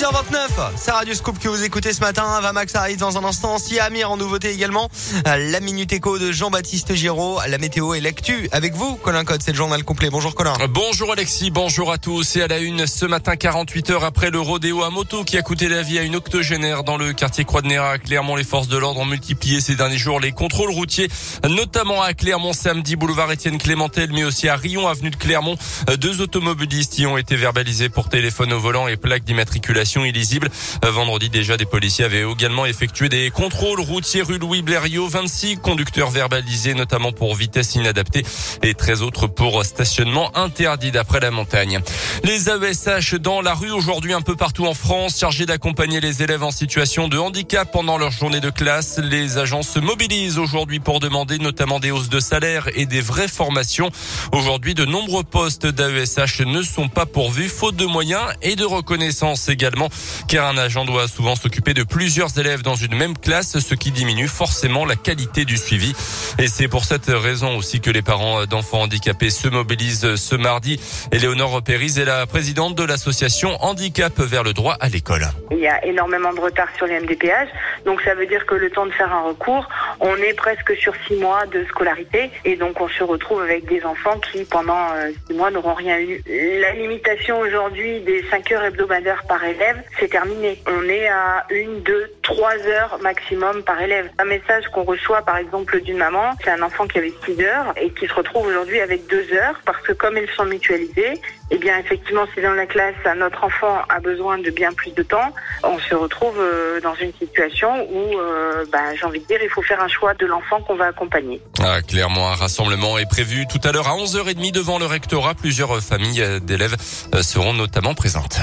6h29, c'est Radio Scoop que vous écoutez ce matin. Vamax arrive dans un instant. Si Amir en nouveauté également. La Minute Éco de Jean-Baptiste Giraud. La météo et l'actu avec vous. Colin Cotte, c'est le journal complet. Bonjour Colin. Bonjour Alexis, bonjour à tous. Et à la une ce matin, 48 heures après le rodéo à moto qui a coûté la vie à une octogénaire dans le quartier Croix-de-Néra à Clermont, les forces de l'ordre ont multiplié ces derniers jours les contrôles routiers, notamment à Clermont samedi, boulevard Étienne Clémentel, mais aussi à Rion, avenue de Clermont. 2 automobilistes y ont été verbalisés pour téléphone au volant et plaques d'immatriculation illisibles. Vendredi déjà, des policiers avaient également effectué des contrôles routiers rue Louis Blériot. 26 conducteurs verbalisés, notamment pour vitesse inadaptée et 13 autres pour stationnement interdit d'après la montagne. Les AESH dans la rue aujourd'hui un peu partout en France, chargés d'accompagner les élèves en situation de handicap pendant leur journée de classe. Les agents se mobilisent aujourd'hui pour demander notamment des hausses de salaire et des vraies formations. Aujourd'hui, de nombreux postes d'AESH ne sont pas pourvus, faute de moyens et de reconnaissance également, car un agent doit souvent s'occuper de plusieurs élèves dans une même classe, ce qui diminue forcément la qualité du suivi. Et c'est pour cette raison aussi que les parents d'enfants handicapés se mobilisent ce mardi. Éléonore Périse est la présidente de l'association Handicap vers le droit à l'école. Il y a énormément de retard sur les MDPH, donc ça veut dire que le temps de faire un recours, on est presque sur 6 mois de scolarité et donc on se retrouve avec des enfants qui pendant 6 mois n'auront rien eu. La limitation aujourd'hui des 5 heures hebdomadaires par élève, c'est terminé. On est à 1, 2, 3 heures maximum par élève. Un message qu'on reçoit par exemple d'une maman, c'est un enfant qui avait 6 heures et qui se retrouve aujourd'hui avec 2 heures parce que comme ils sont mutualisés, eh bien effectivement si dans la classe notre enfant a besoin de bien plus de temps, on se retrouve dans une situation où j'ai envie de dire il faut faire un choix de l'enfant qu'on va accompagner. Clairement, un rassemblement est prévu tout à l'heure à 11h30 devant le rectorat. Plusieurs familles d'élèves seront notamment présentes.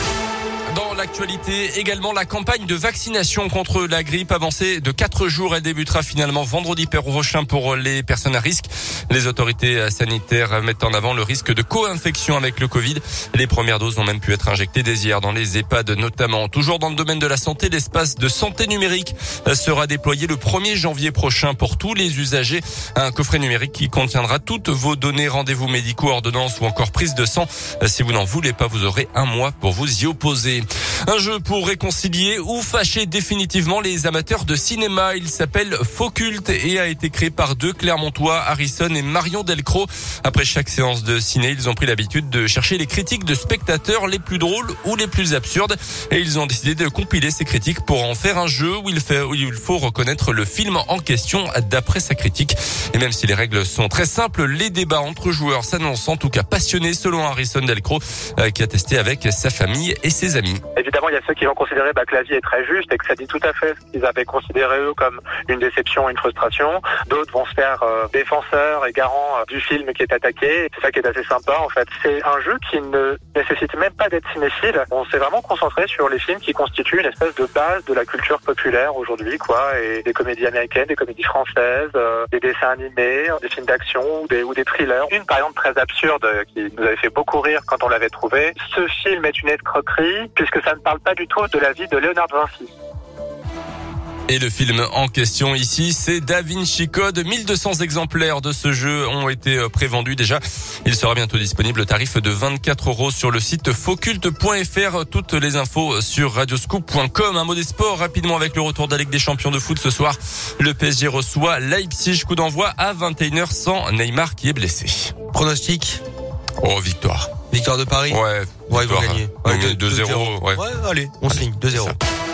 Dans l'actualité, également la campagne de vaccination contre la grippe avancée de 4 jours. Elle débutera finalement vendredi prochain pour les personnes à risque. Les autorités sanitaires mettent en avant le risque de co-infection avec le Covid. Les premières doses ont même pu être injectées dès hier dans les EHPAD notamment. Toujours dans le domaine de la santé, l'espace de santé numérique sera déployé le 1er janvier prochain pour tous les usagers. Un coffret numérique qui contiendra toutes vos données, rendez-vous médicaux, ordonnances ou encore prise de sang. Si vous n'en voulez pas, vous aurez 1 mois pour vous y opposer. Un jeu pour réconcilier ou fâcher définitivement les amateurs de cinéma. Il s'appelle Focult et a été créé par 2 Clermontois, Harrison et Marion Delcros. Après chaque séance de ciné, ils ont pris l'habitude de chercher les critiques de spectateurs les plus drôles ou les plus absurdes. Et ils ont décidé de compiler ces critiques pour en faire un jeu où il faut reconnaître le film en question d'après sa critique. Et même si les règles sont très simples, les débats entre joueurs s'annoncent en tout cas passionnés selon Harrison Delcros qui a testé avec sa famille et ses amis. Évidemment, il y a ceux qui vont considérer que la vie est très juste et que ça dit tout à fait ce qu'ils avaient considéré eux comme une déception, une frustration. D'autres vont se faire défenseurs et garants du film qui est attaqué. C'est ça qui est assez sympa en fait. C'est un jeu qui ne nécessite même pas d'être cinéphile. On s'est vraiment concentré sur les films qui constituent une espèce de base de la culture populaire aujourd'hui, et des comédies américaines, des comédies françaises, des dessins animés, des films d'action ou des thrillers. Une par exemple très absurde qui nous avait fait beaucoup rire quand on l'avait trouvé. Ce film est une escroquerie puisque ça ne parle pas du tout de la vie de Léonard de Vinci. Et le film en question ici, c'est Da Vinci Code. 1200 exemplaires de ce jeu ont été prévendus déjà. Il sera bientôt disponible au tarif de 24 € sur le site focult.fr. Toutes les infos sur radioscoop.com. Un mot des sports rapidement avec le retour de la Ligue des Champions de foot ce soir. Le PSG reçoit Leipzig. Coup d'envoi à 21h sans Neymar qui est blessé. Pronostic? Victoire. Victoire de Paris? Ouais, ils vont gagner. 2-0. Ouais, allez, on signe 2-0.